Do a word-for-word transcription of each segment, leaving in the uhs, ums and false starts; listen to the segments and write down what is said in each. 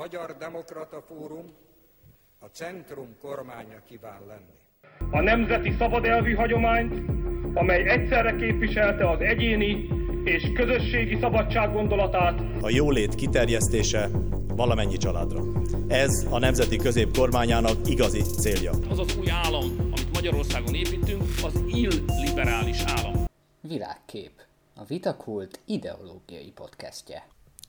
Magyar Demokrata Fórum a Centrum kormánya kíván lenni. A nemzeti szabadelvű hagyományt, amely egyszerre képviselte az egyéni és közösségi szabadság gondolatát. A jólét kiterjesztése valamennyi családra. Ez a nemzeti középkormányának igazi célja. Az az új állam, amit Magyarországon építünk, az illiberális állam. Világkép. A Vitakult ideológiai podcastje.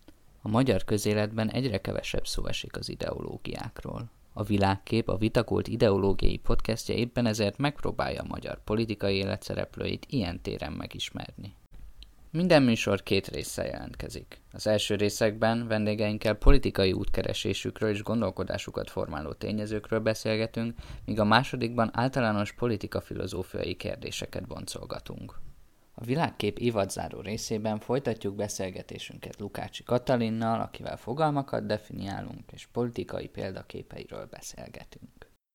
A magyar közéletben egyre kevesebb szó esik az ideológiákról. A Világkép, a Vitakult ideológiai podcastje éppen ezért megpróbálja a magyar politikai élet szereplőit ilyen téren megismerni. Minden műsor két résszel jelentkezik. Az első részekben vendégeinkkel politikai útkeresésükről és gondolkodásukat formáló tényezőkről beszélgetünk, míg a másodikban általános politika-filozófiai kérdéseket boncolgatunk. A Világkép évadzáró részében folytatjuk beszélgetésünket Lukácsi Katalinnal, akivel fogalmakat definiálunk és politikai példaképeiről beszélgetünk.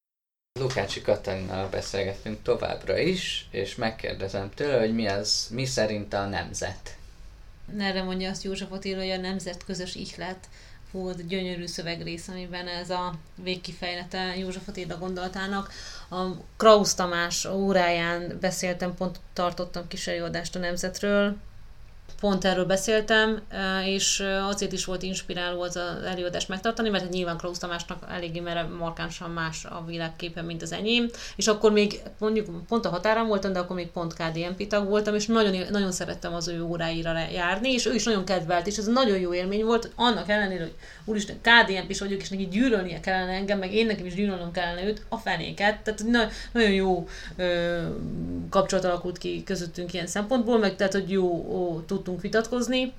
Lukácsi Katalinnal beszélgetünk továbbra is, és megkérdezem tőle, hogy mi az, mi szerint a nemzet. Erre mondja azt József Attila, hogy a nemzet közös ihlet volt gyönyörű szövegrész, amiben ez a végkifejlete József Attila gondolatának. A Krausz Tamás óráján beszéltem, pont tartottam kis előadást a nemzetről, pont erről beszéltem, és azért is volt inspiráló az az előadást megtartani, mert nyilván Krausz Tamásnak eléggé mere markánsan más a világképe, mint az enyém, és akkor még mondjuk pont a határán voltam, de akkor még pont ká dé en pé tag voltam, és nagyon, nagyon szerettem az ő óráira járni, és ő is nagyon kedvelt, és ez nagyon jó élmény volt, annak ellenére, hogy úristen, ká dé en pés vagyok, és neki gyűlölnie kellene engem, meg én nekem is gyűlölnöm kellene őt, a fenéket, tehát na, nagyon jó ö, kapcsolat alakult ki közöttünk ilyen szempontból, meg tehát, hogy jó, ó, tudtunk vitatkozni,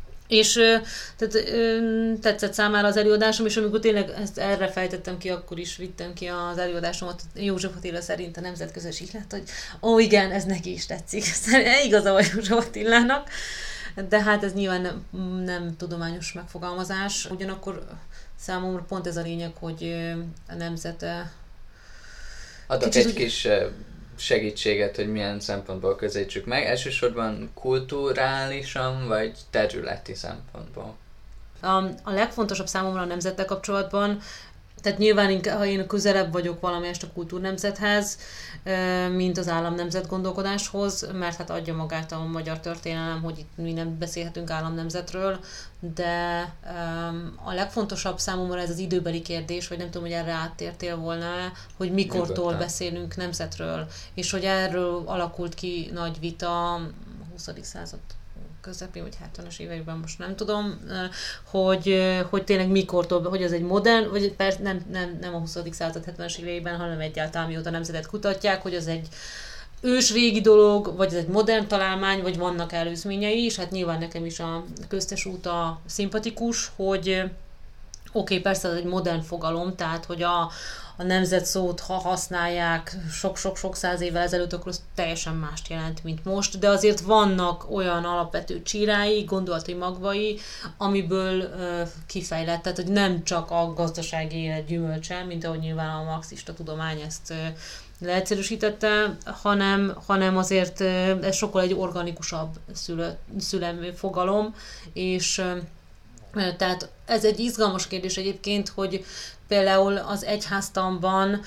és tehát, ö, tetszett számára az előadásom, és amikor tényleg ezt erre fejtettem ki, akkor is vittem ki az előadásomat József Attila szerint a nemzetközös ihlet, hogy ó igen, ez neki is tetszik, igaza van József Attilának, de hát ez nyilván nem, nem tudományos megfogalmazás, ugyanakkor számomra pont ez a lényeg, hogy a nemzet... Adok egy kis segítséget, hogy milyen szempontból közelítsük meg. Elsősorban kulturálisan, vagy területi szempontból? A, a legfontosabb számomra a nemzettel kapcsolatban, tehát nyilván, ha én közelebb vagyok valamelyest a kultúrnemzethez, mint az államnemzet gondolkodáshoz, mert hát adja magát a magyar történelem, hogy itt mi nem beszélhetünk államnemzetről, de a legfontosabb számomra ez az időbeli kérdés, vagy nem tudom, hogy erre áttértél volna, hogy mikortól Nyugodtan. beszélünk nemzetről, és hogy erről alakult ki nagy vita a huszadik század közepén, vagy hetvenes években, most nem tudom, hogy, hogy tényleg mikortól, hogy az egy modern, vagy persze nem, nem, nem a huszadik század hetvenes éveiben, hanem egyáltalán mióta nemzetet kutatják, hogy az egy ősrégi dolog, vagy ez egy modern találmány, vagy vannak előzményei, és hát nyilván nekem is a köztes út a szimpatikus, hogy oké, okay, persze ez egy modern fogalom, tehát hogy a a nemzet szót, ha használják sok-sok-sok száz évvel ezelőtt, akkor az teljesen mást jelent, mint most, de azért vannak olyan alapvető csírái, gondolati magvai, amiből uh, kifejlett, tehát hogy nem csak a gazdasági élet gyümölcse, mint ahogy nyilván a marxista tudomány ezt uh, leegyszerűsítette, hanem, hanem azért uh, ez sokkal egy organikusabb szülő, szülemű fogalom, és uh, tehát ez egy izgalmas kérdés egyébként, hogy például az egyháztanban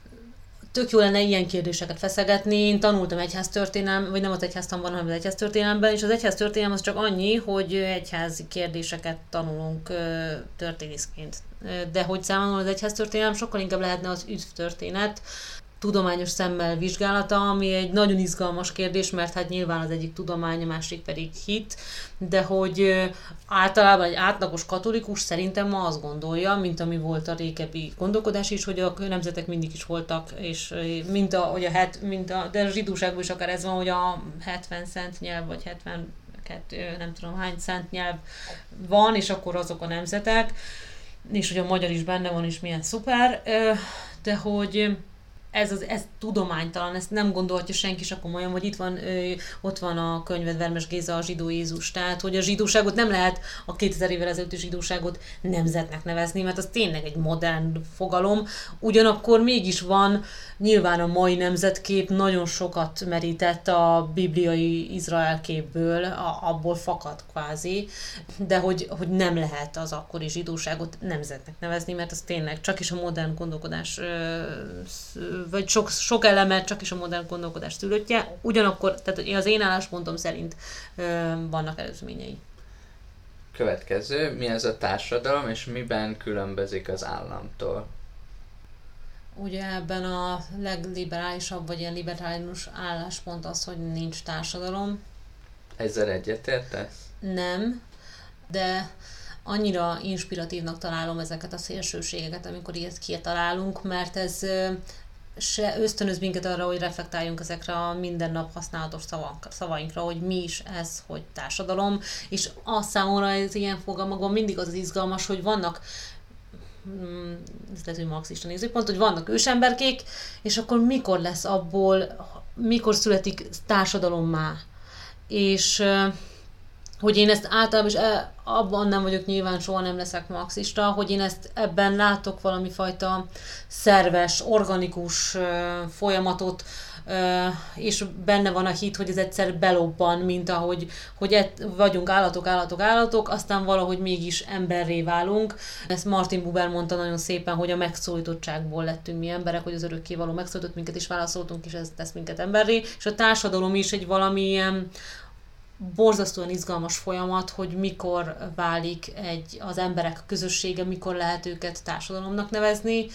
tök jó lenne ilyen kérdéseket feszegetni. Én tanultam egyháztörténelem, vagy nem az egyháztanban, hanem az egyháztörténelemben, és az egyháztörténelem az csak annyi, hogy egyházi kérdéseket tanulunk történészként. De hogy számomra az egyháztörténelem sokkal inkább lehetne az üdvtörténet, tudományos szemmel vizsgálata, ami egy nagyon izgalmas kérdés, mert hát nyilván az egyik tudomány, a másik pedig hit, de hogy általában egy átlagos katolikus szerintem ma azt gondolja, mint ami volt a régebbi gondolkodás is, hogy a nemzetek mindig is voltak, és mint a, hogy a, het, mint a de a zsidóságban is akár ez van, hogy a hetven szent nyelv, vagy hetvenkettő, nem tudom hány szent nyelv van, és akkor azok a nemzetek, és hogy a magyar is benne van, és milyen szuper, de hogy ez, az, ez tudománytalan, ezt nem gondolhatja senki se komolyan, vagy itt van, ö, ott van a könyved, Vermes Géza, a zsidó Jézus, tehát hogy a zsidóságot nem lehet a kétezer évvel ezelőtti zsidóságot nemzetnek nevezni, mert az tényleg egy modern fogalom, ugyanakkor mégis van, nyilván a mai nemzetkép nagyon sokat merített a bibliai Izrael képből, a, abból fakad kvázi, de hogy, hogy nem lehet az akkori zsidóságot nemzetnek nevezni, mert az tényleg csak is a modern gondolkodás, vagy sok, sok elemet csak is a modern gondolkodás szülöttje, ugyanakkor, tehát az én álláspontom szerint vannak előzményei. Következő, mi ez a társadalom, és miben különbözik az államtól? Ugye ebben a legliberálisabb, vagy ilyen liberális álláspont az, hogy nincs társadalom. Ezzel egyetértesz? Nem, de annyira inspiratívnak találom ezeket a szélsőségeket, amikor ilyet kitalálunk, mert ez se ösztönöz minket arra, hogy reflektáljunk ezekre a minden nap használatos szavak, szavainkra, hogy mi is ez, hogy társadalom, és az számomra ez ilyen fogalmakban mindig az az izgalmas, hogy vannak ez lehet, hogy marxista nézőpont, hogy vannak ősemberkék, és akkor mikor lesz abból, mikor születik társadalommá. És hogy én ezt általában, és abban nem vagyok nyilván, soha nem leszek marxista, hogy én ezt ebben látok valami fajta szerves, organikus folyamatot, és benne van a hit, hogy ez egyszer belobban, mint ahogy hogy ett, vagyunk állatok, állatok, állatok, aztán valahogy mégis emberré válunk. Ezt Martin Buber mondta nagyon szépen, hogy a megszólítottságból lettünk mi emberek, hogy az örökkévaló megszólított minket, és válaszoltunk, és ez tesz minket emberré. És a társadalom is egy valamilyen borzasztóan izgalmas folyamat, hogy mikor válik egy, az emberek közössége, mikor lehet őket társadalomnak nevezni.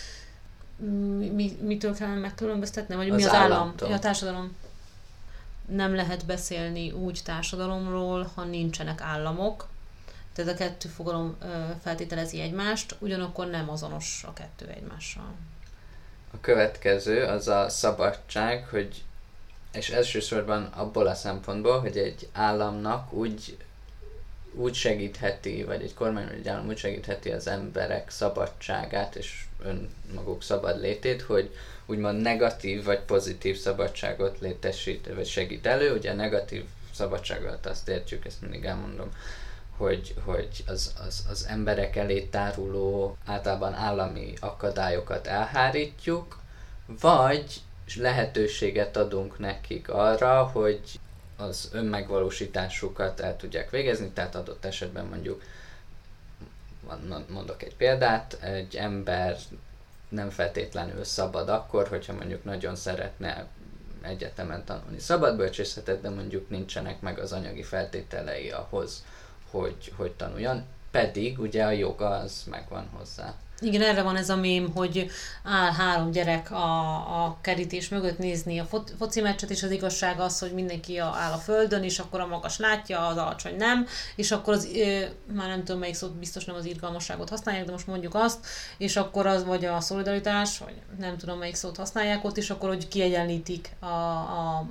Mi, mitől kell megkülönböztetni? Vagy az mi az állam? Ja, a társadalom. Nem lehet beszélni úgy társadalomról, ha nincsenek államok. Tehát a kettő fogalom feltételezi egymást, ugyanakkor nem azonos a kettő egymással. A következő az a szabadság, hogy és elsősorban abból a szempontból, hogy egy államnak úgy, úgy segítheti, vagy egy kormány, vagy egy állam úgy segítheti az emberek szabadságát és önmaguk szabad létét, hogy úgymond negatív vagy pozitív szabadságot létesít, vagy segít elő. Ugye a negatív szabadságot azt értjük, ezt mindig elmondom, hogy, hogy az, az, az emberek elé táruló általában állami akadályokat elhárítjuk, vagy lehetőséget adunk nekik arra, hogy az önmegvalósításukat el tudják végezni, tehát adott esetben mondjuk, mondok egy példát, egy ember nem feltétlenül szabad akkor, hogyha mondjuk nagyon szeretne egyetemen tanulni szabadbölcsészetet, de mondjuk nincsenek meg az anyagi feltételei ahhoz, hogy, hogy tanuljon, pedig ugye a joga az megvan hozzá. Igen, erre van ez a mém, hogy áll három gyerek a, a kerítés mögött nézni a fo- foci meccset, és az igazság az, hogy mindenki a, áll a földön, és akkor a magas látja, az alacsony nem, és akkor az, ö, már nem tudom melyik szót, biztos nem az irgalmasságot használják, de most mondjuk azt, és akkor az vagy a szolidaritás, vagy nem tudom melyik szót használják ott, és akkor hogy kiegyenlítik a, a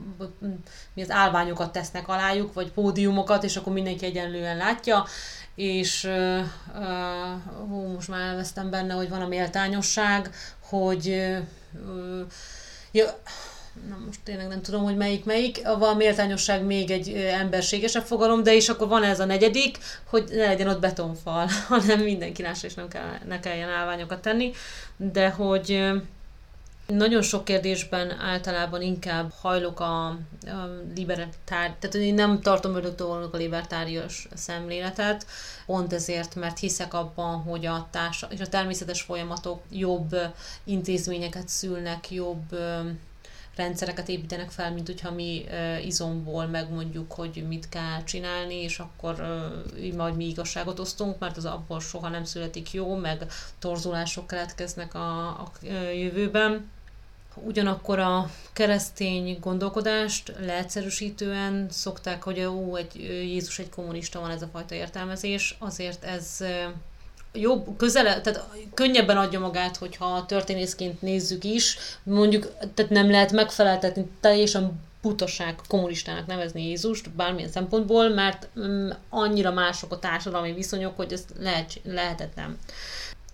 mi az állványokat tesznek alájuk, vagy pódiumokat, és akkor mindenki egyenlően látja, és uh, uh, hú, most már elvesztem benne, hogy van a méltányosság, hogy uh, ja, na most tényleg nem tudom, hogy melyik melyik, a méltányosság még egy uh, emberségesebb fogalom, de és akkor van ez a negyedik, hogy ne legyen ott betonfal, hanem mindenki másra is nem kell, ne kelljen állványokat tenni, de hogy uh, nagyon sok kérdésben általában inkább hajlok a, a libertár, tehát én nem tartom öröktől a libertárius szemléletet, pont ezért, mert hiszek abban, hogy a társ és a természetes folyamatok jobb intézményeket szülnek, jobb rendszereket építenek fel, mint hogyha mi izomból megmondjuk, hogy mit kell csinálni, és akkor majd mi igazságot osztunk, mert az abból soha nem születik jó, meg torzulások keletkeznek a, a jövőben. Ugyanakkor a keresztény gondolkodást leegyszerűsítően szokták, hogy ó, egy, Jézus egy kommunista, van ez a fajta értelmezés, azért ez jobb, közele, tehát könnyebben adja magát, hogyha történészként nézzük is, mondjuk, tehát nem lehet megfeleltetni, teljesen butaság kommunistának nevezni Jézust bármilyen szempontból, mert mm, annyira mások a társadalmi viszonyok, hogy ez lehet, lehetetlen.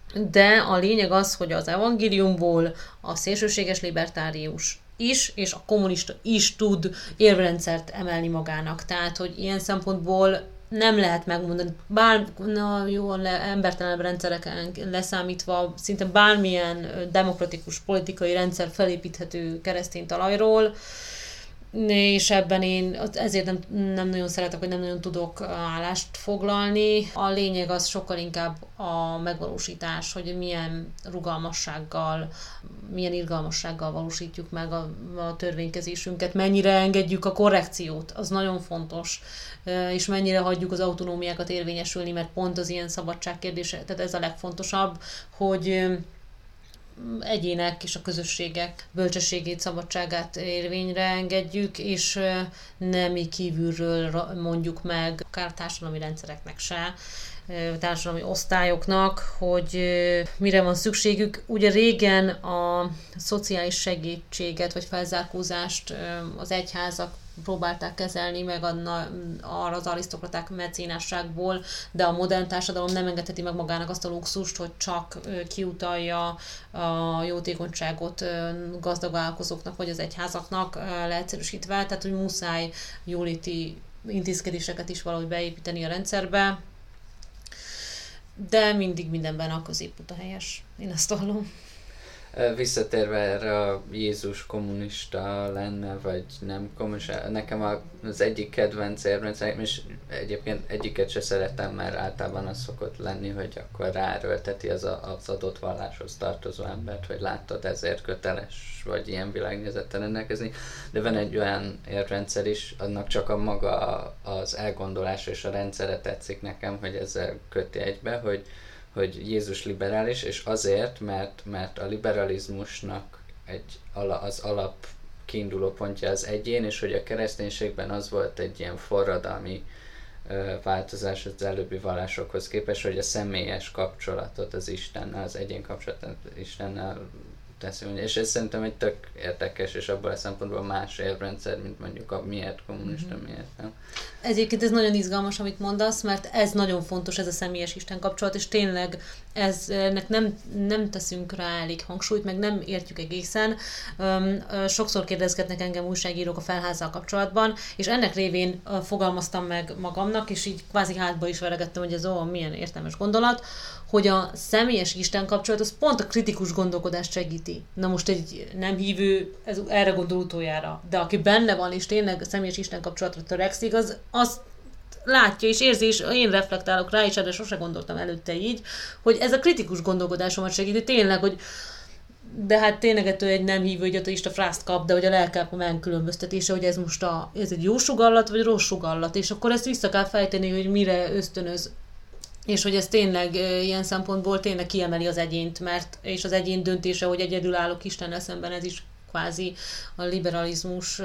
de a lényeg az, hogy az evangéliumból a szélsőséges libertárius is, és a kommunista is tud érvrendszert emelni magának. Tehát, hogy ilyen szempontból nem lehet megmondani, bár na, jó, embertelenebb rendszereken leszámítva, szinte bármilyen demokratikus politikai rendszer felépíthető keresztény talajról, és ebben én ezért nem, nem nagyon szeretek, hogy nem nagyon tudok állást foglalni. A lényeg az sokkal inkább a megvalósítás, hogy milyen rugalmassággal, milyen irgalmassággal valósítjuk meg a, a törvénykezésünket, mennyire engedjük a korrekciót, az nagyon fontos, és mennyire hagyjuk az autonómiákat érvényesülni, mert pont az ilyen szabadság kérdése, tehát ez a legfontosabb, hogy egyének és a közösségek bölcsességét, szabadságát érvényre engedjük, és nem mi kívülről mondjuk meg, akár társadalmi rendszereknek se, társadalmi osztályoknak, hogy mire van szükségük. Ugye régen a szociális segítséget vagy felzárkózást az egyházak próbálták kezelni, meg arra az arisztokraták mecénásságból, de a modern társadalom nem engedheti meg magának azt a luxust, hogy csak kiutalja a jótékonyságot gazdag vállalkozóknak vagy az egyházaknak leegyszerűsítve, tehát hogy muszáj jóléti intézkedéseket is valahogy beépíteni a rendszerbe, de mindig mindenben a középút a helyes. Én ezt hallom. Visszatérve erre, a Jézus kommunista lenne, vagy nem kommunista, nekem az egyik kedvenc érvrendszerem, és egyébként egyiket se szeretem, mert általában az szokott lenni, hogy akkor ráerőlteti az, a, az adott valláshoz tartozó embert, hogy láttad, ezért köteles, vagy ilyen világnézettel rendelkezni, de van egy olyan érvrendszer is, annak csak a maga az elgondolás és a rendszere tetszik nekem, hogy ezzel köti egybe, hogy hogy Jézus liberális, és azért, mert, mert a liberalizmusnak egy, az alap kiinduló pontja az egyén, és hogy a kereszténységben az volt egy ilyen forradalmi ö, változás az előbbi vallásokhoz képest, hogy a személyes kapcsolatot az Istennel, az egyén kapcsolatot Istennel teszi, és ez szerintem egy tök érdekes, és abban a szempontból más érvrendszer, mint mondjuk a miért kommunista, mm-hmm. miért nem. Egyébként ez nagyon izgalmas, amit mondasz, mert ez nagyon fontos, ez a személyes Isten kapcsolat, és tényleg ez, ennek nem, nem teszünk rá elég hangsúlyt, meg nem értjük egészen. Sokszor kérdezgetnek engem újságírók a felházzal kapcsolatban, és ennek révén fogalmaztam meg magamnak, és így kvázi hátba is veregettem, hogy ez ó, milyen értelmes gondolat, hogy a személyes Isten kapcsolat az pont a kritikus gondolkodást segíti. Na most egy nem hívő ez erre gondol utoljára, de aki benne van és tényleg a személyes Isten kapcsolatra törekszik, az azt látja és érzi, és én reflektálok rá, és erre sose gondoltam előtte így, hogy ez a kritikus gondolkodásomat segíti tényleg, hogy de hát tényleg ettől egy nem hívő, hogy ateista frászt kap, de hogy a lelkáp megkülönböztetése, hogy ez most a, ez egy jó sugallat, vagy rossz sugallat, és akkor ezt vissza kell fejteni, hogy mire ösztönöz, és hogy ez tényleg ilyen szempontból tényleg kiemeli az egyént, mert és az egyén döntése, hogy egyedül állok Istennel szemben, ez is kvázi a liberalizmus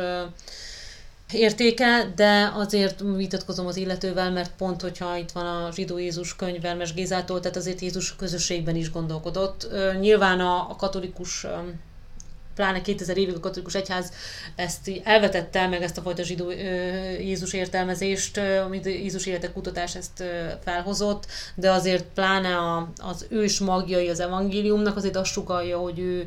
értéke, de azért vitatkozom az illetővel, mert pont, hogyha itt van a Zsidó Jézus könyv Vermes Gézától, tehát azért Jézus közösségben is gondolkodott. Nyilván a, a katolikus, pláne kétezer évig a katolikus egyház ezt elvetette meg ezt a fajta zsidó Jézus értelmezést, amit Jézus élete kutatás ezt felhozott, de azért pláne a, az ős magjai az evangéliumnak azért azt sugallja, hogy ő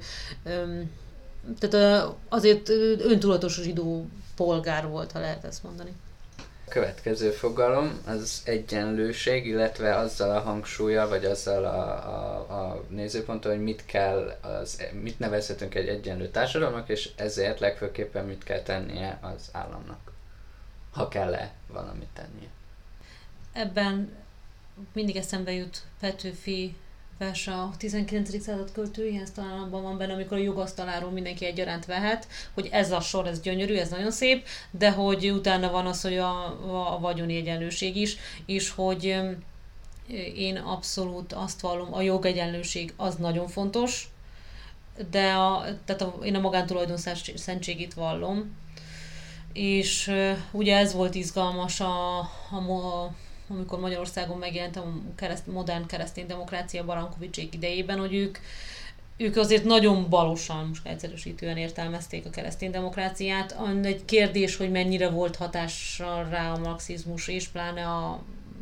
tehát azért öntudatos zsidó polgár volt, ha lehet ezt mondani. A következő fogalom az egyenlőség, illetve azzal a hangsúlya, vagy azzal a, a, a nézőponttal, hogy mit kell, az, mit nevezhetünk egy egyenlő társadalomnak, és ezért legfőképpen mit kell tennie az államnak, ha kell-e valamit tennie. Ebben mindig eszembe jut Petőfi vers a tizenkilencedik század költőihez, talán abban van benne, amikor a jogasztaláról mindenki egyaránt vehet, hogy ez a sor, ez gyönyörű, ez nagyon szép, de hogy utána van az, hogy a, a vagyoni egyenlőség is, és hogy én abszolút azt vallom, a jogegyenlőség az nagyon fontos, de a, tehát a, én a magántulajdon szentségét vallom, és ugye ez volt izgalmas a, a amikor Magyarországon megjelent a kereszt, modern keresztény demokrácia Barankovicsék idejében, hogy ők, ők azért nagyon balosan, most egyszerűsítően értelmezték a keresztény demokráciát. Egy kérdés, hogy mennyire volt hatással rá a marxizmus, és pláne a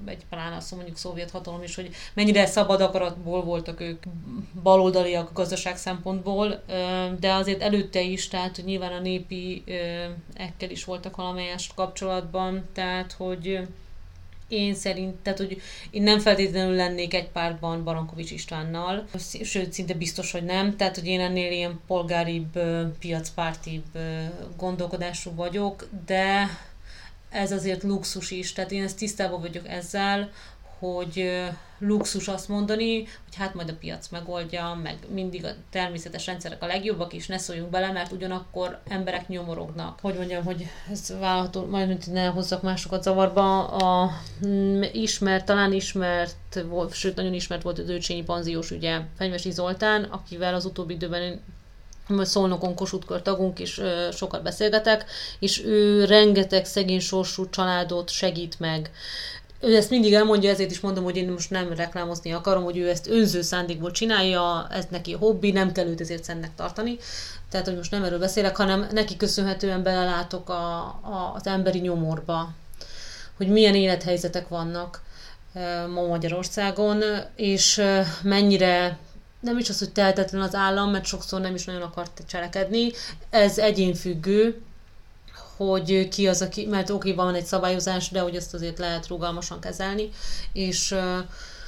egy pláne azt mondjuk szovjet hatalom is, hogy mennyire szabad akaratból voltak ők baloldaliak gazdaság szempontból, de azért előtte is, tehát hogy nyilván a népi ekkel is voltak valamelyest kapcsolatban, tehát hogy én szerint, tehát hogy én nem feltétlenül lennék egy pártban Barankovics Istvánnal, sőt, szinte biztos, hogy nem, tehát hogy én ennél ilyen polgáribb, piacpártibb gondolkodású vagyok, de ez azért luxus is, tehát én ezt tisztában vagyok ezzel, hogy luxus azt mondani, hogy hát majd a piac megoldja, meg mindig a természetes rendszerek a legjobbak, és ne szóljunk bele, mert ugyanakkor emberek nyomorognak. Hogy mondjam, hogy ez válható, majd ne hozzak másokat zavarba, a ismert, talán ismert, sőt nagyon ismert volt az Őcsényi panziós ügye Fenyvesi Zoltán, akivel az utóbbi időben Szolnokon Kossuth Kör tagunk, és ö, sokat beszélgetek, és ő rengeteg szegény sorsú családot segít meg. Ő ezt mindig elmondja, ezért is mondom, hogy én most nem reklámozni akarom, hogy ő ezt önző szándékból csinálja, ez neki hobbi, nem kell őt ezért szentnek tartani. Tehát, hogy most nem erről beszélek, hanem neki köszönhetően belelátok a, a, az emberi nyomorba, hogy milyen élethelyzetek vannak ma Magyarországon, és mennyire nem is az, hogy tehetetlen az állam, mert sokszor nem is nagyon akart cselekedni. Ez egyénfüggő, hogy ki az, aki, mert oké, van egy szabályozás, de hogy ezt azért lehet rugalmasan kezelni, és uh,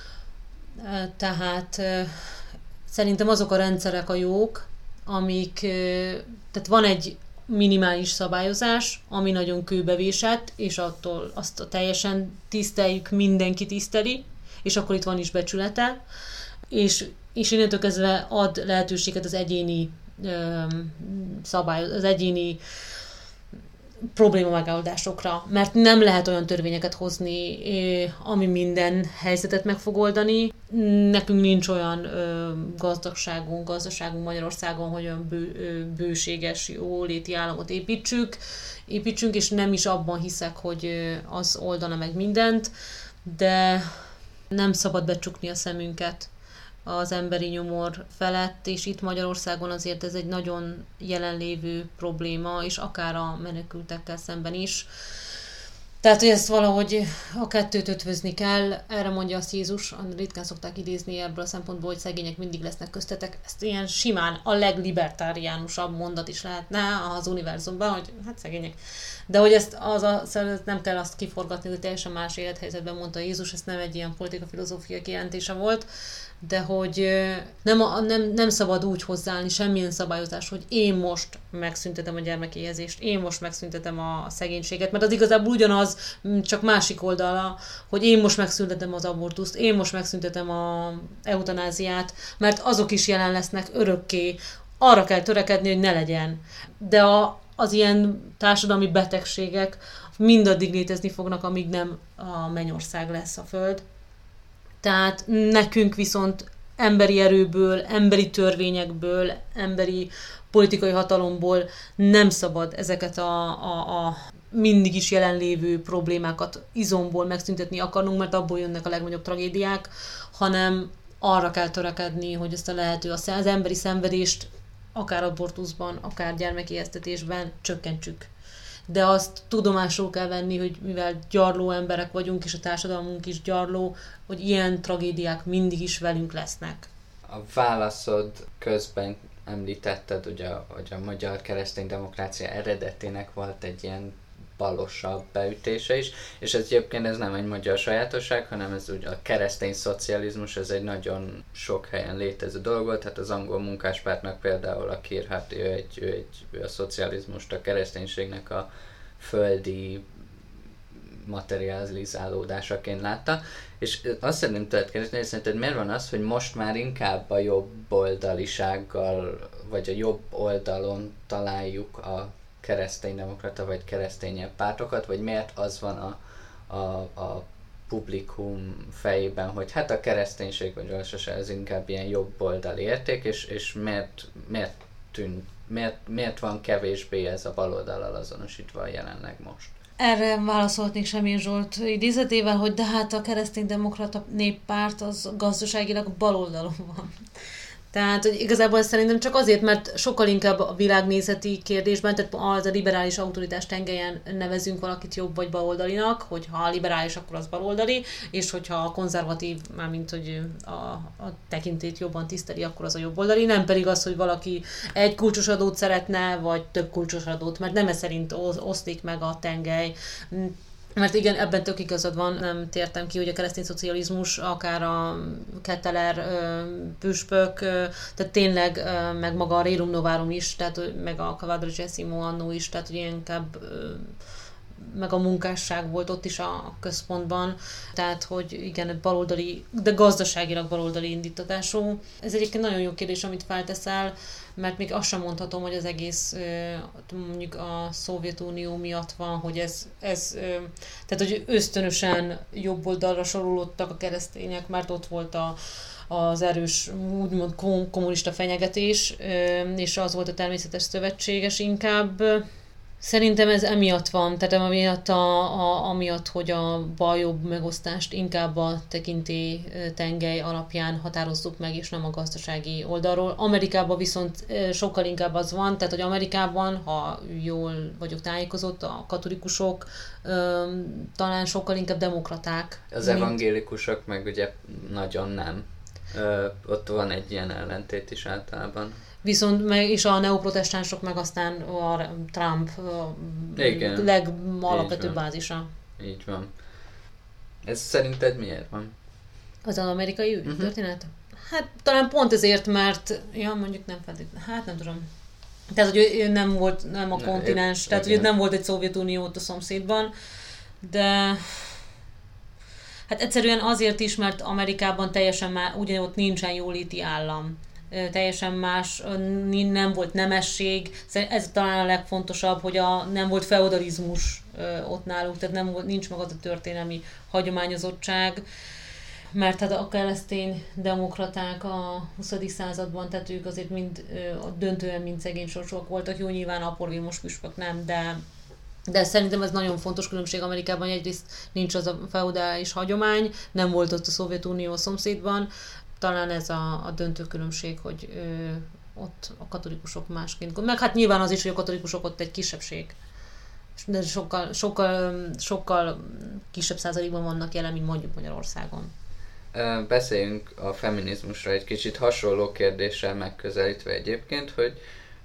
tehát uh, szerintem azok a rendszerek a jók, amik, uh, tehát van egy minimális szabályozás, ami nagyon kőbevésett, és attól azt teljesen tiszteljük, mindenki tiszteli, és akkor itt van is becsülete, és, és innentől kezdve ad lehetőséget az egyéni um, szabály, az egyéni probléma megoldásokra, mert nem lehet olyan törvényeket hozni, ami minden helyzetet meg fog oldani. Nekünk nincs olyan gazdagságunk, gazdaságunk Magyarországon, hogy olyan bő, bőséges, jóléti államot építsük, építsünk, és nem is abban hiszek, hogy az oldana meg mindent, de nem szabad becsukni a szemünket az emberi nyomor felett, és itt Magyarországon azért ez egy nagyon jelenlévő probléma, és akár a menekültekkel szemben is. Tehát, hogy ezt valahogy a kettőt ötvözni kell, erre mondja azt Jézus, ritkán szokták idézni ebből a szempontból, hogy szegények mindig lesznek köztetek. Ezt ilyen simán a leglibertáriánusabb mondat is lehetne az univerzumban, hogy hát szegények. De hogy ezt az a, nem kell azt kiforgatni, hogy teljesen más élethelyzetben mondta Jézus, ez nem egy ilyen politika-filozófia kijelentése volt, de hogy nem, nem, nem szabad úgy hozzáállni semmilyen szabályozás, hogy én most megszüntetem a gyermekéhezést, én most megszüntetem a szegénységet, mert az igazából ugyanaz, csak másik oldala, hogy én most megszüntetem az abortuszt, én most megszüntetem az eutanáziát, mert azok is jelen lesznek örökké. Arra kell törekedni, hogy ne legyen. De a, az ilyen társadalmi betegségek mindaddig létezni fognak, amíg nem a mennyország lesz a föld. Tehát nekünk viszont emberi erőből, emberi törvényekből, emberi politikai hatalomból nem szabad ezeket a, a, a mindig is jelenlévő problémákat izomból megszüntetni akarnunk, mert abból jönnek a legnagyobb tragédiák, hanem arra kell törekedni, hogy ezt a lehető, az emberi szenvedést akár abortuszban, akár gyermekéheztetésben csökkentsük. De azt tudomásul kell venni, hogy mivel gyarló emberek vagyunk, és a társadalmunk is gyarló, hogy ilyen tragédiák mindig is velünk lesznek. A válaszod közben említetted, ugye, hogy a magyar keresztény demokrácia eredetének volt egy ilyen balosabb beütése is, és ez egyébként ez nem egy magyar sajátosság, hanem ez ugye a keresztény szocializmus, ez egy nagyon sok helyen létező dolog volt, hát az angol munkáspártnak például a Keir, ő, egy, ő, egy, ő a szocializmust, a kereszténységnek a földi materializálódásaként látta, és azt szeretném tőled kérdezni, hogy szerinted miért van az, hogy most már inkább a jobb oldalisággal, vagy a jobb oldalon találjuk a kereszténydemokrata vagy keresztényebb pártokat, vagy miért az van a, a, a publikum fejében, hogy hát a kereszténység vagy valószínűleg ez inkább ilyen jobb oldali érték, és, és miért, miért, tűnt, miért, miért van kevésbé ez a baloldallal azonosítva jelenleg most? Erre válaszolhatnék Semjén Zsolt idézetével, hogy de hát a kereszténydemokrata néppárt az gazdaságilag baloldalon van. Tehát, hogy igazából szerintem csak azért, mert sokkal inkább a világnézeti kérdésben, tehát az a liberális autoritás tengelyen nevezünk valakit jobb vagy baloldalinak, hogyha liberális, akkor az baloldali, és hogyha a konzervatív, mármint hogy a, a tekintét jobban tiszteli, akkor az a jobboldali, nem pedig az, hogy valaki egy kulcsos adót szeretne, vagy több kulcsos adót, mert nem ez szerint oszlik meg a tengely. Mert igen, ebben tök igazad van, nem tértem ki, hogy a keresztény szocializmus, akár a Ketteler püspök, tehát tényleg, meg maga a Rerum Novarum is, tehát meg a Quadragesimo Anno is, tehát hogy inkább meg a munkásság volt ott is a központban, tehát hogy igen, baloldali, de gazdaságilag baloldali indítatású. Ez egyébként nagyon jó kérdés, amit felteszel, mert még azt sem mondhatom, hogy az egész mondjuk a Szovjetunió miatt van, hogy ez, ez tehát hogy ösztönösen jobb oldalra sorolódtak a keresztények, mert ott volt a az erős, úgymond kommunista fenyegetés, és az volt a természetes szövetséges inkább. Szerintem ez emiatt van, tehát emiatt, a, a, amiatt, hogy a bal-jobb megosztást inkább a tekintély tengely alapján határozzuk meg, és nem a gazdasági oldalról. Amerikában viszont sokkal inkább az van, tehát hogy Amerikában, ha jól vagyok tájékozott, a katolikusok talán sokkal inkább demokraták. Az mint... evangélikusok meg ugye nagyon nem. Ö, ott van egy ilyen ellentét is általában. Viszont meg is a neoprotestánsok, meg aztán a Trump igen, legalapvetőbb bázisa. Így van. Ez szerinted miért van? Az az amerikai ügy uh-huh. történet? Hát talán pont ezért, mert ja, mondjuk nem feltétlenül, hát nem tudom. Tehát, hogy ő nem volt, nem a kontinens, ne, tehát, igen. hogy nem volt egy Szovjetunió ott a szomszédban, de hát egyszerűen azért is, mert Amerikában teljesen már, ugyanott nincsen jóléti állam. Teljesen más, nem volt nemesség, ez talán a legfontosabb, hogy a, nem volt feudalizmus ott náluk, tehát nem volt, nincs meg az a történelmi hagyományozottság, mert hát a keresztény demokraták a huszadik században, tehát ők azért mind döntően mind szegény sorsúak voltak, jó, nyilván a Porvilmos püspök nem, de De szerintem ez nagyon fontos különbség Amerikában, egyrészt nincs az a feudális hagyomány, nem volt ott a Szovjetunió a szomszédban, talán ez a, a döntő különbség, hogy ö, ott a katolikusok másként. Meg hát nyilván az is, hogy a katolikusok ott egy kisebbség. De sokkal, sokkal, sokkal kisebb százalékban vannak jelen, mint mondjuk Magyarországon. Beszéljünk a feminizmusra egy kicsit hasonló kérdéssel megközelítve egyébként, hogy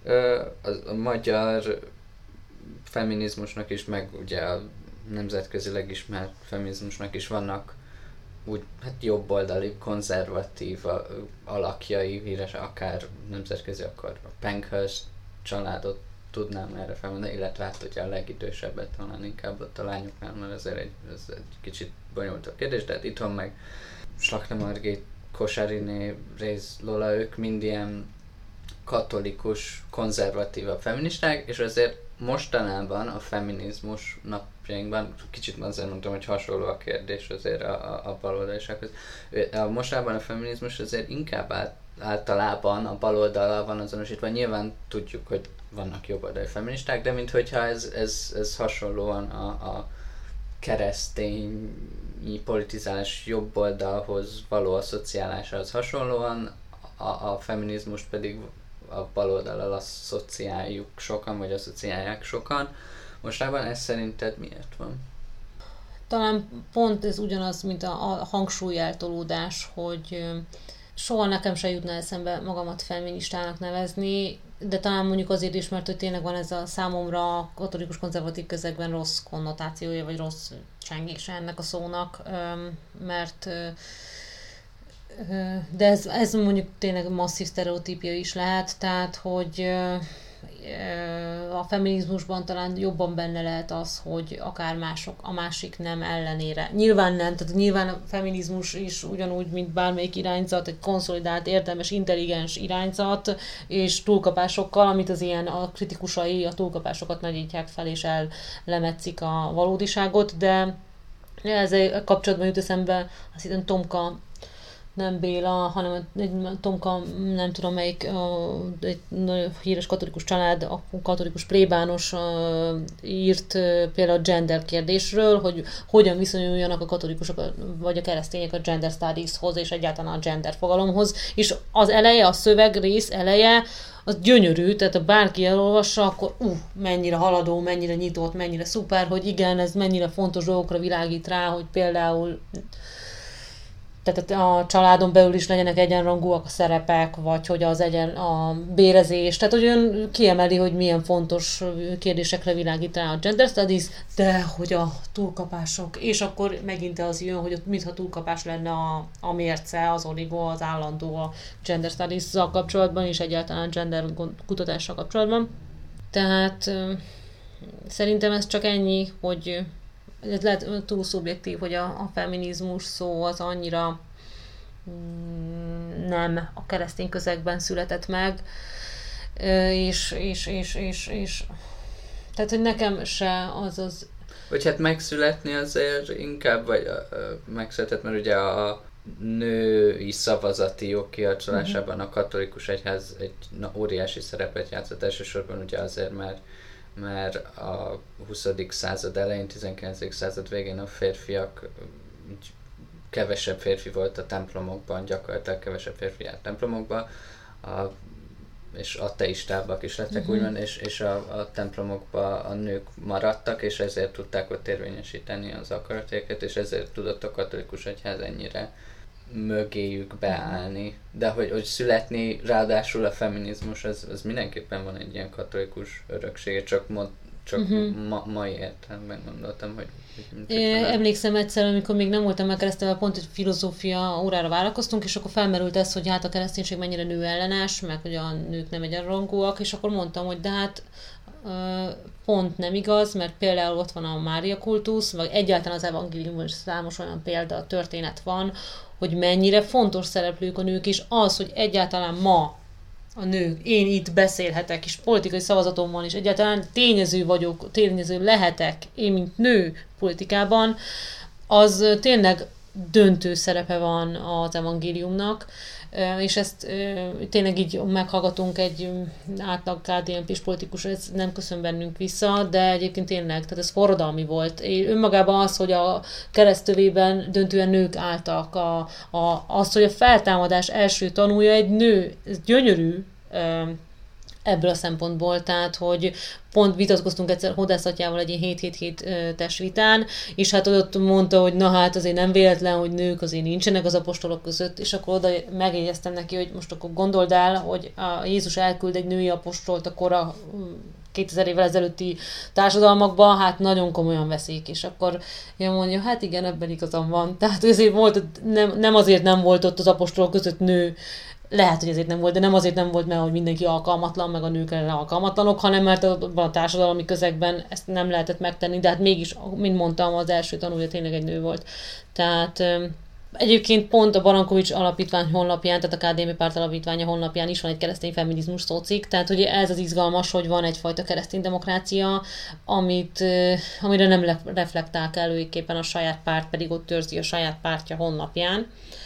a magyar feminizmusnak is, meg ugye a nemzetközileg ismert feminizmusnak is vannak úgy hát jobboldali, konzervatív alakjai, híres akár nemzetközi, akkor a Pankhurst családot tudnám erre felmondani, illetve hát ugye a legidősebbet talán inkább ott a lányoknál, mert ezért egy, ez egy kicsit bonyolultabb kérdés, de hát itthon meg Slakta Margit, Kosariné, Réz Lola, ők mind ilyen katolikus, konzervatívabb feministák, és azért mostanában a feminizmus napjainkban, kicsit azért mondtam, hogy hasonló a kérdés azért a, a, a baloldalisághoz. Mostanában a feminizmus azért inkább át, általában a baloldallal van azonosítva. Nyilván tudjuk, hogy vannak jobboldali feministák, de minthogyha ez, ez, ez hasonlóan a, a keresztényi politizálás jobboldalhoz való asszociálásához hasonlóan, a, a feminizmus pedig a baloldallal asszociáljuk sokan, vagy asszociálják sokan. Mostában ez szerinted miért van? Talán pont ez ugyanaz, mint a, a hangsúlyeltolódás, hogy soha nekem se jutna eszembe magamat feministának nevezni, de talán mondjuk azért is, mert hogy tényleg van ez a számomra katolikus konzervatív közegben rossz konnotációja, vagy rossz csengése ennek a szónak, mert de ez, ez mondjuk tényleg masszív sztereotípia is lehet, tehát hogy a feminizmusban talán jobban benne lehet az, hogy akár mások, a másik nem ellenére. Nyilván nem, tehát nyilván a feminizmus is ugyanúgy, mint bármelyik irányzat, egy konszolidált, értelmes, intelligens irányzat, és túlkapásokkal, amit az ilyen a kritikusai a túlkapásokat nagyítják fel, és ellemetszik a valódiságot, de ezzel kapcsolatban jut eszembe, azt hiszem Tomka nem Béla, hanem egy Tomka, nem tudom melyik, egy híres katolikus család, a katolikus plébános írt például a gender kérdésről, hogy hogyan viszonyuljanak a katolikusok vagy a keresztények a gender studieshoz és egyáltalán a gender fogalomhoz, és az eleje, a szöveg rész eleje, az gyönyörű, tehát ha bárki elolvassa, akkor uh, mennyire haladó, mennyire nyitott, mennyire szuper, hogy igen, ez mennyire fontos dolgokra világít rá, hogy például tehát a családon belül is legyenek egyenrangúak a szerepek, vagy hogy az egyen a bérezés, tehát hogy ön kiemeli, hogy milyen fontos kérdésekre világít rá a gender studies, de hogy a túlkapások, és akkor megint az jön, hogy mintha túlkapás lenne a, a mérce, az oligo, az állandó a gender studies-zal kapcsolatban, és egyáltalán gender kutatással kapcsolatban. Tehát szerintem ez csak ennyi, hogy ez lehet túl szubjektív, hogy a, a feminizmus szó az annyira mm, nem a keresztény közegben született meg, és, és, és, és, és tehát, hogy nekem se az az... Vagy hát megszületni azért inkább, vagy uh, megszületett, mert ugye a női szavazati jog kiharcolásában uh-huh. a katolikus egyház egy na, óriási szerepet játszott, elsősorban ugye azért, mert mert a huszadik század elején, tizenkilencedik század végén a férfiak, kevesebb férfi volt a templomokban, gyakorlatilag kevesebb férfi járt templomokban, a, és ateistábbak is lettek uh-huh. úgymond, és, és a, a templomokban a nők maradtak, és ezért tudták ott érvényesíteni az akaratéket, és ezért tudott a katolikus egyház ennyire mögéjük beállni. De hogy, hogy születni, ráadásul a feminizmus, az, az mindenképpen van egy ilyen katolikus öröksége, csak, mod, csak uh-huh. ma, mai értelemben gondoltam, hogy... hogy Én emlékszem egyszer, amikor még nem voltam megkeresztelve, pont egy filozófia órára vállalkoztunk, és akkor felmerült ez, hogy hát a kereszténység mennyire nőellenes, meg hogy a nők nem egyenrangúak, és akkor mondtam, hogy de hát pont nem igaz, mert például ott van a Mária kultusz, vagy egyáltalán az evangéliumban is számos olyan példa, történet van, hogy mennyire fontos szereplők a nők, és az, hogy egyáltalán ma a nők, én itt beszélhetek, és politikai szavazatom van, és egyáltalán tényező vagyok, tényező lehetek, én mint nő politikában, az tényleg döntő szerepe van az evangéliumnak, és ezt tényleg így meghallgatunk egy átlag ká dé en pés politikus, ez nem köszön bennünk vissza, de egyébként tényleg, tehát ez forradalmi volt. Önmagában az, hogy a keresztövében döntően nők álltak, a, a, az, hogy a feltámadás első tanúja egy nő, ez gyönyörű ebből a szempontból, tehát, hogy pont vitatkoztunk egyszer Hodászatjával egy ilyen hét hét hét-es vitán, és hát ott mondta, hogy na hát azért nem véletlen, hogy nők azért nincsenek az apostolok között, és akkor oda megjegyeztem neki, hogy most akkor gondold el, hogy a Jézus elküld egy női apostolt a kora kétezer évvel ezelőtti társadalmakban, hát nagyon komolyan veszik, és akkor én mondja, hát igen, ebben igazam van. Tehát azért volt, nem, nem azért nem volt ott az apostolok között nő, lehet, hogy ezért nem volt, de nem azért nem volt, mert hogy mindenki alkalmatlan, meg a nők ellen alkalmatlanok, hanem mert a társadalmi közegben ezt nem lehetett megtenni, de hát mégis, mint mondtam, az első tanulja tényleg egy nő volt. Tehát egyébként pont a Barankovics alapítvány honlapján, tehát a ká dé en pé párt alapítványa honlapján is van egy keresztény feminizmus szócikk, tehát hogy ez az izgalmas, hogy van egyfajta keresztény demokrácia, amit, amire nem reflektál előképpen a saját párt, pedig ott őrzi a saját pártja honlapján.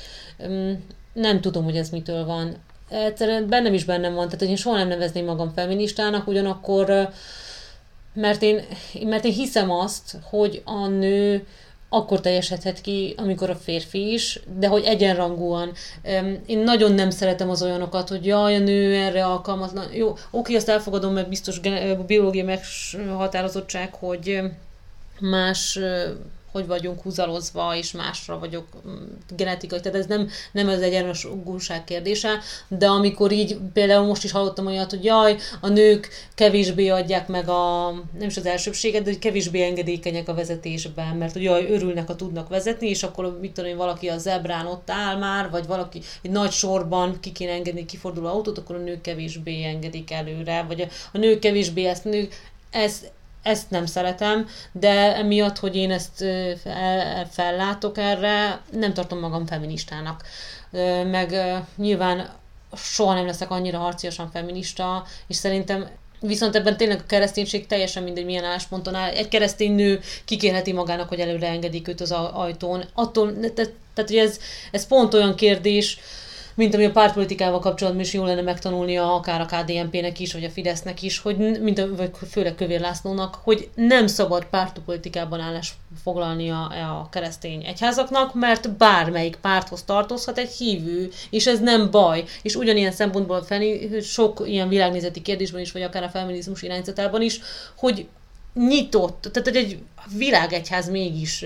Nem tudom, hogy ez mitől van. Egyszerűen bennem is bennem van, tehát hogy én soha nem nevezném magam feministának, ugyanakkor, mert én, mert én hiszem azt, hogy a nő akkor teljesedhet ki, amikor a férfi is, de hogy egyenrangúan. Én nagyon nem szeretem az olyanokat, hogy jaj, a nő erre alkalmatlan. Jó, oké, azt elfogadom, mert biztos biológiai meghatározottság, hogy más... hogy vagyunk húzalozva, és másra vagyok genetikai, tehát ez nem, nem az egyenrangúság kérdése, de amikor így, például most is hallottam olyat, hogy jaj, a nők kevésbé adják meg a, nem is az elsőbséget, de hogy kevésbé engedékenyek a vezetésben, mert hogy jaj, örülnek, ha tudnak vezetni, és akkor mit tudom én, valaki a zebrán ott áll már, vagy valaki egy nagy sorban ki kéne engedni kiforduló autót, akkor a nők kevésbé engedik előre, vagy a, a nők kevésbé ezt nők, ezt Ezt nem szeretem, de emiatt, hogy én ezt fellátok erre, nem tartom magam feministának. Meg nyilván soha nem leszek annyira harciasan feminista, és szerintem viszont ebben tényleg a kereszténység teljesen mindegy, milyen állásponton áll. Egy keresztény nő kikérheti magának, hogy előre engedik őt az ajtón. Attól, Tehát, hogy ez, ez pont olyan kérdés, mint ami a pártpolitikával kapcsolatban is jó lenne megtanulnia akár a ká dé en pének is, vagy a Fidesznek is, hogy, mint a, vagy főleg Kövér Lászlónak, hogy nem szabad pártpolitikában állás foglalnia a keresztény egyházaknak, mert bármelyik párthoz tartozhat egy hívő, és ez nem baj. És ugyanilyen szempontból fel, sok ilyen világnézeti kérdésben is, vagy akár a feminizmus irányzatában is, hogy nyitott, tehát hogy egy világegyház mégis,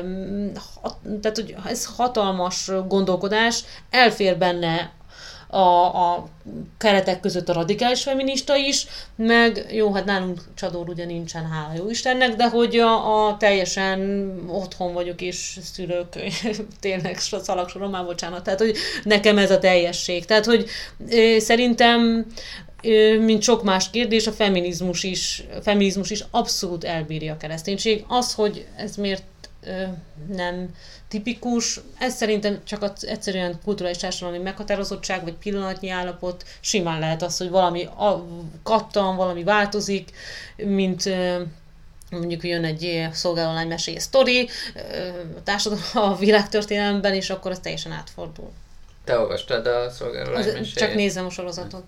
tehát hogy ez hatalmas gondolkodás, elfér benne a, a keretek között a radikális feminista is, meg jó, hát nálunk Csadór ugye nincsen, hála jó Istennek, de hogy a, a teljesen otthon vagyok és szülők, tényleg szalagsorom, már bocsánat, tehát hogy nekem ez a teljesség. Tehát, hogy szerintem mint sok más kérdés, a feminizmus is, a feminizmus is abszolút elbírja a kereszténység. Az, hogy ez miért ö, nem tipikus, ez szerintem csak az egyszerűen kulturális társadalmi meghatározottság, vagy pillanatnyi állapot. Simán lehet az, hogy valami a, kattan, valami változik, mint ö, mondjuk jön egy szolgálólány meséje sztori a társadalom, a világtörténelemben, és akkor ez teljesen átfordul. Te olvastad a szolgálólány meséjét? Csak nézem a sorozatot.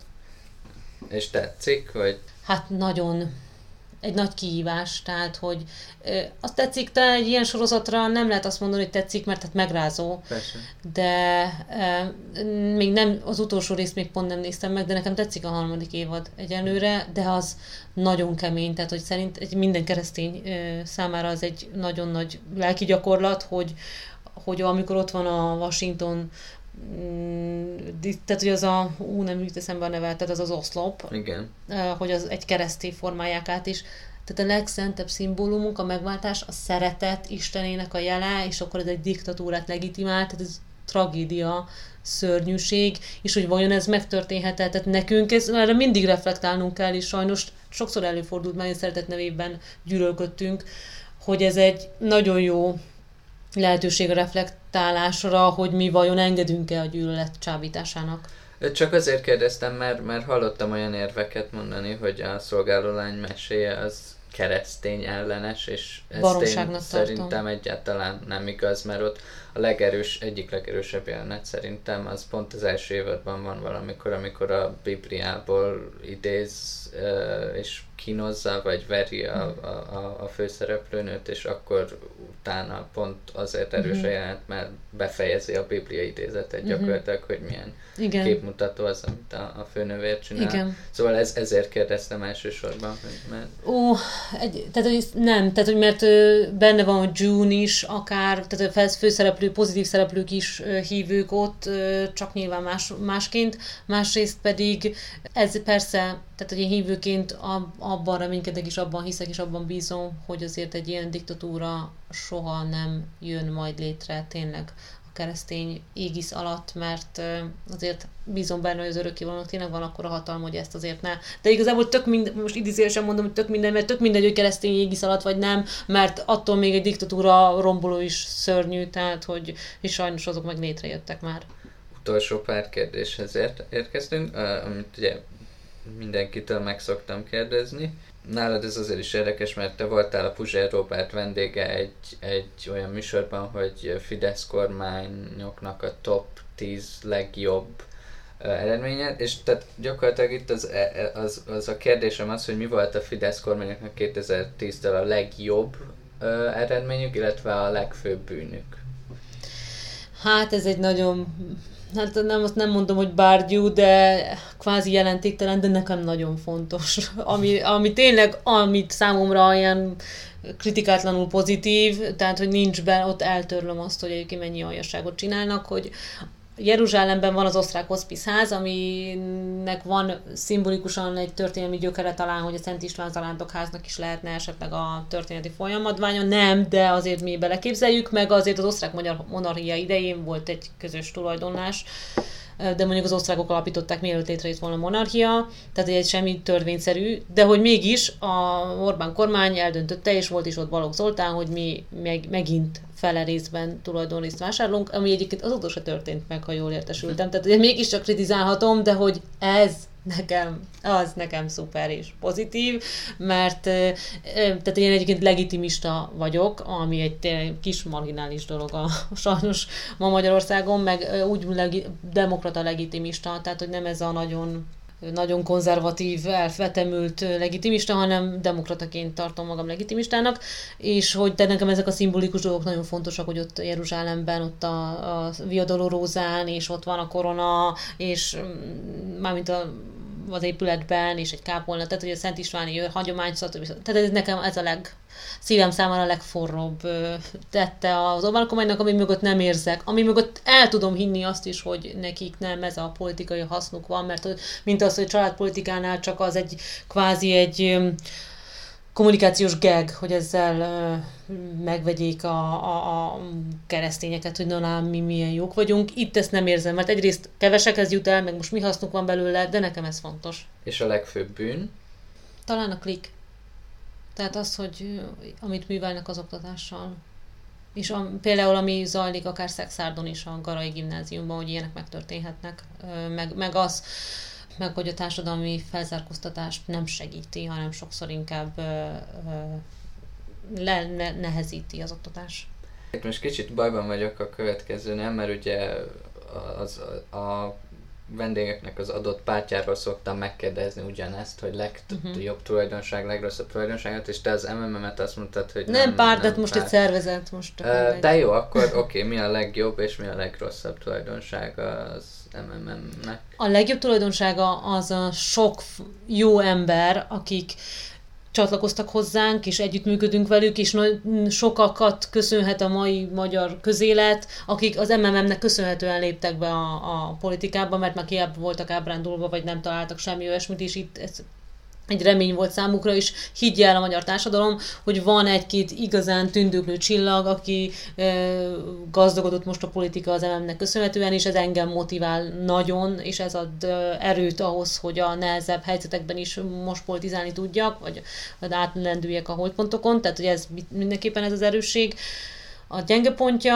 És tetszik, vagy? Hát nagyon egy nagy kihívás, tehát, hogy ö, azt tetszik, de egy ilyen sorozatra nem lehet azt mondani, hogy tetszik, mert hát megrázó. Persze. De ö, még nem, az utolsó részt még pont nem néztem meg, de nekem tetszik a harmadik évad egyelőre, de az nagyon kemény, tehát, hogy szerint egy minden keresztény ö, számára az egy nagyon nagy lelki gyakorlat, hogy, hogy amikor ott van a Washington, tehát, hogy az a, ú, nem jut eszembe a neve, tehát az az oszlop, igen, hogy az egy keresztény formálják át is. Tehát a legszentebb szimbólumunk, a megváltás, a szeretet Istenének a jele, és akkor ez egy diktatúrát legitimál, tehát ez tragédia, szörnyűség, és hogy vajon ez megtörténhet, tehát nekünk ez, erre mindig reflektálnunk kell, és sajnos sokszor előfordult, már én szeretet nevében gyűlölködtünk, hogy ez egy nagyon jó lehetőség a reflektálásra, hogy mi vajon engedünk-e a gyűlölet csábításának. Csak azért kérdeztem, mert, mert hallottam olyan érveket mondani, hogy a szolgálólány meséje az keresztény ellenes, és ezt én szerintem egyáltalán nem igaz, mert ott a legerős, egyik legerősebb jelenet szerintem az pont az első évadban van valamikor, amikor a Bibliából idéz és kínozza, vagy veri a, a, a főszereplőnőt, és akkor utána pont azért erős a jelenet, mert befejezi a Biblia idézetet gyakorlatilag, hogy milyen igen. képmutató az, amit a, a főnövér csinál. Igen. Szóval ez, ezért kérdeztem elsősorban. Mert... Ó, egy, tehát hogy nem, tehát hogy mert benne van a June is, akár, tehát a főszereplő, pozitív szereplők is hívők ott, csak nyilván más, másként, másrészt pedig ez persze, tehát hogy én hívőként abban reménykedek és abban hiszek és abban bízom, hogy azért egy ilyen diktatúra soha nem jön majd létre tényleg a keresztény égisz alatt, mert azért bízom benne, hogy az örökkévalónak tényleg van akkora hatalma, hogy ezt azért ne. De igazából tök minden, most idézőjelesen mondom, hogy tök minden, mert tök mindegy, hogy keresztény égisz alatt vagy nem, mert attól még egy diktatúra romboló is szörnyű, tehát hogy és sajnos azok meg létrejöttek már. Utolsó pár kérdéshez ért, érkeztünk, amit ugye mindenkitől meg szoktam kérdezni. Nálad ez azért is érdekes, mert te voltál a Puzsér Róbert vendége egy, egy olyan műsorban, hogy Fidesz kormányoknak a top tíz legjobb uh, eredménye, és tehát gyakorlatilag itt az, az, az a kérdésem az, hogy mi volt a Fidesz kormányoknak kétezer-tíztől a legjobb uh, eredményük, illetve a legfőbb bűnük. Hát ez egy nagyon... Hát nem, azt nem mondom, hogy bárgyú, de kvázi jelentéktelen, de nekem nagyon fontos. Ami, ami tényleg, amit számomra ilyen kritikátlanul pozitív, tehát, hogy nincs benne, ott eltörlöm azt, hogy egyébként mennyi aljasságot csinálnak, hogy Jeruzsálemben van az osztrák hospice-ház, aminek van szimbolikusan egy történelmi gyökere talán, hogy a Szent István Zarándokháznak is lehetne esetleg a történeti folyamatványa. Nem, de azért mi beleképzeljük, meg azért az osztrák-magyar monarchia idején volt egy közös tulajdonlás, de mondjuk az osztrákok alapították, mielőtt létrejött volna a monarchia, tehát egy semmi törvényszerű, de hogy mégis a Orbán kormány eldöntötte, és volt is ott Balogh Zoltán, hogy mi meg, megint fele részben tulajdonrészt vásárolunk, ami egyébként azóta se történt meg, ha jól értesültem. Tehát ugye mégiscsak kritizálhatom, de hogy ez nekem, az nekem szuper és pozitív, mert tehát én egyébként legitimista vagyok, ami egy kis marginális dolog a, sajnos ma Magyarországon, meg úgy legi, demokrata legitimista, tehát hogy nem ez a nagyon nagyon konzervatív, elvetemült legitimista, hanem demokrataként tartom magam legitimistának, és hogy te nekem ezek a szimbolikus dolgok nagyon fontosak, hogy ott Jeruzsálemben, ott a, a Via Dolorosán, és ott van a korona, és mármint a, az épületben, és egy kápolna, tehát hogy a Szent Istváni hagyomány, stb. Tehát ez nekem ez a leg szívem számára a legforróbb tette az Orbán kormánynak, ami mögött nem érzek, ami mögött el tudom hinni azt is, hogy nekik nem ez a politikai hasznuk van, mert mint az, hogy családpolitikánál csak az egy kvázi egy kommunikációs gag, hogy ezzel megvegyék a, a, a keresztényeket, hogy na lám, mi milyen jók vagyunk. Itt ezt nem érzem, mert egyrészt kevesekhez jut el, meg most mi hasznuk van belőle, de nekem ez fontos. És a legfőbb bűn? Talán a klik. Tehát az, hogy amit művelnek az oktatással. És a, például ami zajlik akár Szexárdon is a Garai Gimnáziumban, hogy ilyenek megtörténhetnek, meg, meg az, meg hogy a társadalmi felzárkóztatást nem segíti, hanem sokszor inkább le, ne, nehezíti az oktatás. Most kicsit bajban vagyok a következőnél, mert ugye az, a, a vendégeknek az adott pártjáról szoktam megkérdezni ugyanezt, hogy legjobb uh-huh. tulajdonság, legrosszabb tulajdonságot, és te az em em em-et azt mondtad, hogy nem, nem párt, nem de most párt. egy szervezet. Most uh, de jó, akkor oké, okay, mi a legjobb és mi a legrosszabb tulajdonság az em em em-nek? A legjobb tulajdonsága az a sok jó ember, akik csatlakoztak hozzánk, és együttműködünk velük, és sokakat köszönhet a mai magyar közélet, akik az em em em-nek köszönhetően léptek be a, a politikába, mert már hiába voltak ábrándulva, vagy nem találtak semmi olyasmit, és itt ez egy remény volt számukra is, higgye el a magyar társadalom, hogy van egy-két igazán tündöklő csillag, aki e, gazdagodott most a politika az em em em-nek köszönhetően, és ez engem motivál nagyon, és ez ad erőt ahhoz, hogy a nehezebb helyzetekben is most politizálni tudjak, vagy, vagy átlendüljek a holdpontokon, tehát hogy ez mindenképpen ez az erősség. A gyenge pontja,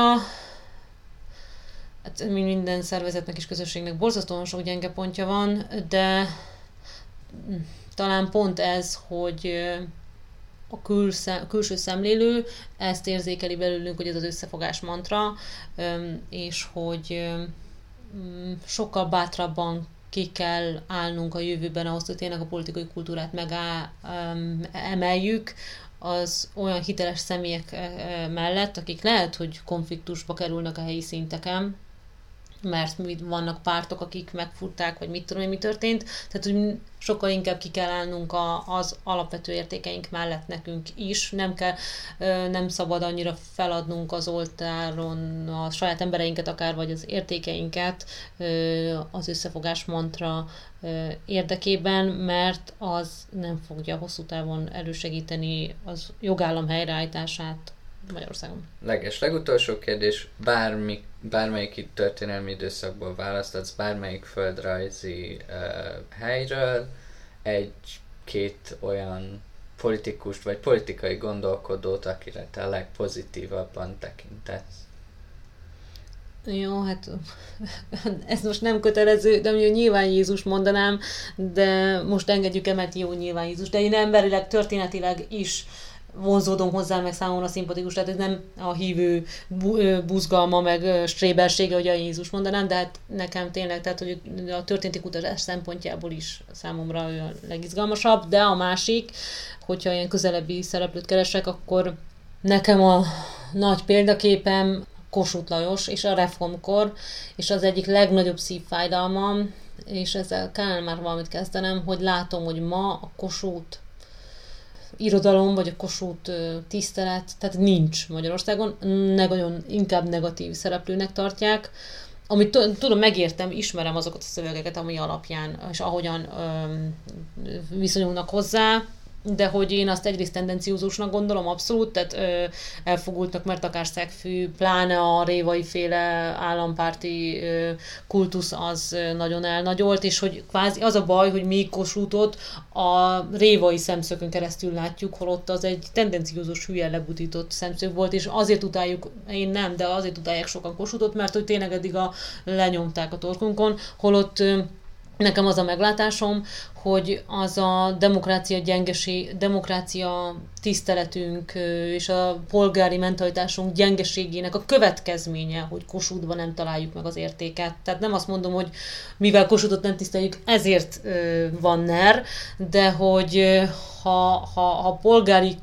hát minden szervezetnek és közösségnek borzasztóan sok gyenge pontja van, de talán pont ez, hogy a külszem, külső szemlélő ezt érzékeli belőlünk, hogy ez az összefogás mantra, és hogy sokkal bátrabban ki kell állnunk a jövőben ahhoz, hogy tényleg a politikai kultúrát megemeljük az olyan hiteles személyek mellett, akik lehet, hogy konfliktusba kerülnek a helyi szinteken, mert vannak pártok, akik megfutták, vagy mit tudom én, mi történt. Tehát, hogy sokkal inkább ki kell állnunk a, az alapvető értékeink mellett nekünk is. Nem kell, nem szabad annyira feladnunk az oltáron a saját embereinket akár, vagy az értékeinket az összefogás mantra érdekében, mert az nem fogja hosszú távon elősegíteni az jogállam helyreállítását Magyarországon. Leges legutolsó kérdés, bármi, bármelyik itt történelmi időszakból választatsz, bármelyik földrajzi uh, helyről egy-két olyan politikust vagy politikai gondolkodót, akire te a legpozitívabban tekintesz. Jó, hát ez most nem kötelező, de nyilván Jézus mondanám, de most engedjük el, mert jó nyilván Jézus, de én emberileg, történetileg is vonzódom hozzá, meg számomra szimpatikus, tehát ez nem a hívő buzgalma, meg strébersége, hogy a Jézus mondanám, de hát nekem tényleg, tehát hogy a történeti kutatás szempontjából is számomra ő a legizgalmasabb, de a másik, hogyha ilyen közelebbi szereplőt keresek, akkor nekem a nagy példaképem Kossuth Lajos és a reformkor, és az egyik legnagyobb szívfájdalmam, és ezzel kellene már valamit kezdenem, hogy látom, hogy ma a Kossuth irodalom, vagy a Kossuth tisztelet, tehát nincs Magyarországon, nagyon inkább negatív szereplőnek tartják, amit tudom, megértem, ismerem azokat a szövegeket, ami alapján, és ahogyan öm, viszonyulnak hozzá, de hogy én azt egyrészt tendenciózusnak gondolom, abszolút, tehát ö, elfogultnak, mert akár szegfű, pláne a révai féle állampárti ö, kultusz az ö, nagyon elnagyolt, és hogy kvázi az a baj, hogy mi Kossuthot a révai szemszögön keresztül látjuk, holott az egy tendenciózus, hülye lebutított szemszög volt, és azért utáljuk, én nem, de azért utálják sokan Kossuthot, mert hogy tényleg eddig a, lenyomták a torkunkon, holott ö, Nekem az a meglátásom, hogy az a demokrácia gyengeség, demokrácia tiszteletünk és a polgári mentalitásunk gyengeségének a következménye, hogy Kossuthban nem találjuk meg az értéket. Tehát nem azt mondom, hogy mivel Kossuthot nem tiszteljük, ezért van en e er, de hogy ha, ha, ha polgári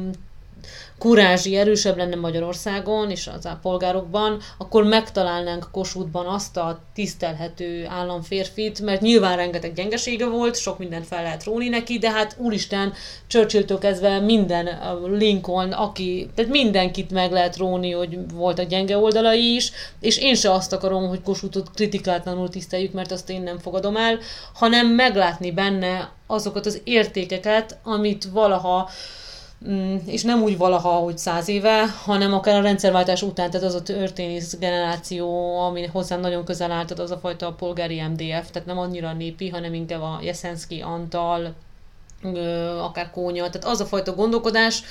kurázsi erősebb lenne Magyarországon és az a polgárokban, akkor megtalálnánk Kossuthban azt a tisztelhető államférfit, mert nyilván rengeteg gyengesége volt, sok mindent fel lehet róni neki, de hát úristen, Churchilltől kezdve minden, Lincoln, aki, tehát mindenkit meg lehet róni, hogy voltak gyenge oldalai is, és én se azt akarom, hogy Kossuthot kritikátlanul tiszteljük, mert azt én nem fogadom el, hanem meglátni benne azokat az értékeket, amit valaha, és nem úgy valaha, hogy száz éve, hanem akár a rendszerváltás után, tehát az a történész generáció, ami hozzám nagyon közel állt, az a fajta polgári em dé ef, tehát nem annyira népi, hanem inkább a Jeszenszky, Antal, akár Kónya, tehát az a fajta gondolkodás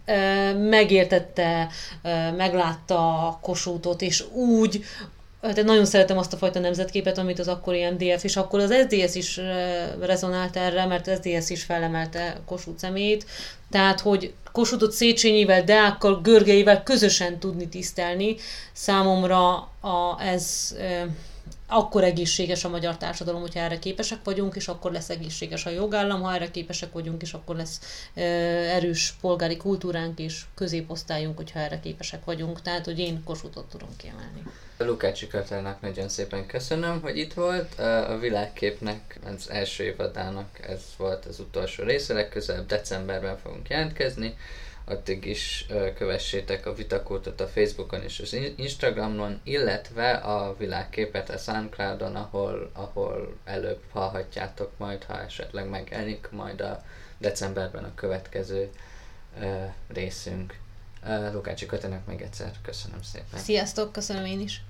megértette, meglátta Kossuthot, és úgy, tehát nagyon szeretem azt a fajta nemzetképet, amit az akkori em dé ef, és akkor az es zé es is rezonált erre, mert az es zé es is felemelte Kossuth személyét. Tehát, hogy Kossuthot Széchenyivel, Deákkal, Görgeivel közösen tudni tisztelni, számomra a, ez e, akkor egészséges a magyar társadalom, hogyha erre képesek vagyunk, és akkor lesz egészséges a jogállam, ha erre képesek vagyunk, és akkor lesz e, erős polgári kultúránk és középosztályunk, hogyha erre képesek vagyunk. Tehát, hogy én Kossuthot tudom kiemelni. Lukács Katalának nagyon szépen köszönöm, hogy itt volt. A Világképnek az első évadának ez volt az utolsó része, legközelebb decemberben fogunk jelentkezni. Addig is kövessétek a Vitakultot a Facebookon és az Instagramon, illetve a Világképet a Soundcloudon, ahol, ahol előbb hallhatjátok majd, ha esetleg megjelenik majd a decemberben a következő uh, részünk. Uh, Lukács Katalának még egyszer köszönöm szépen. Sziasztok, köszönöm én is.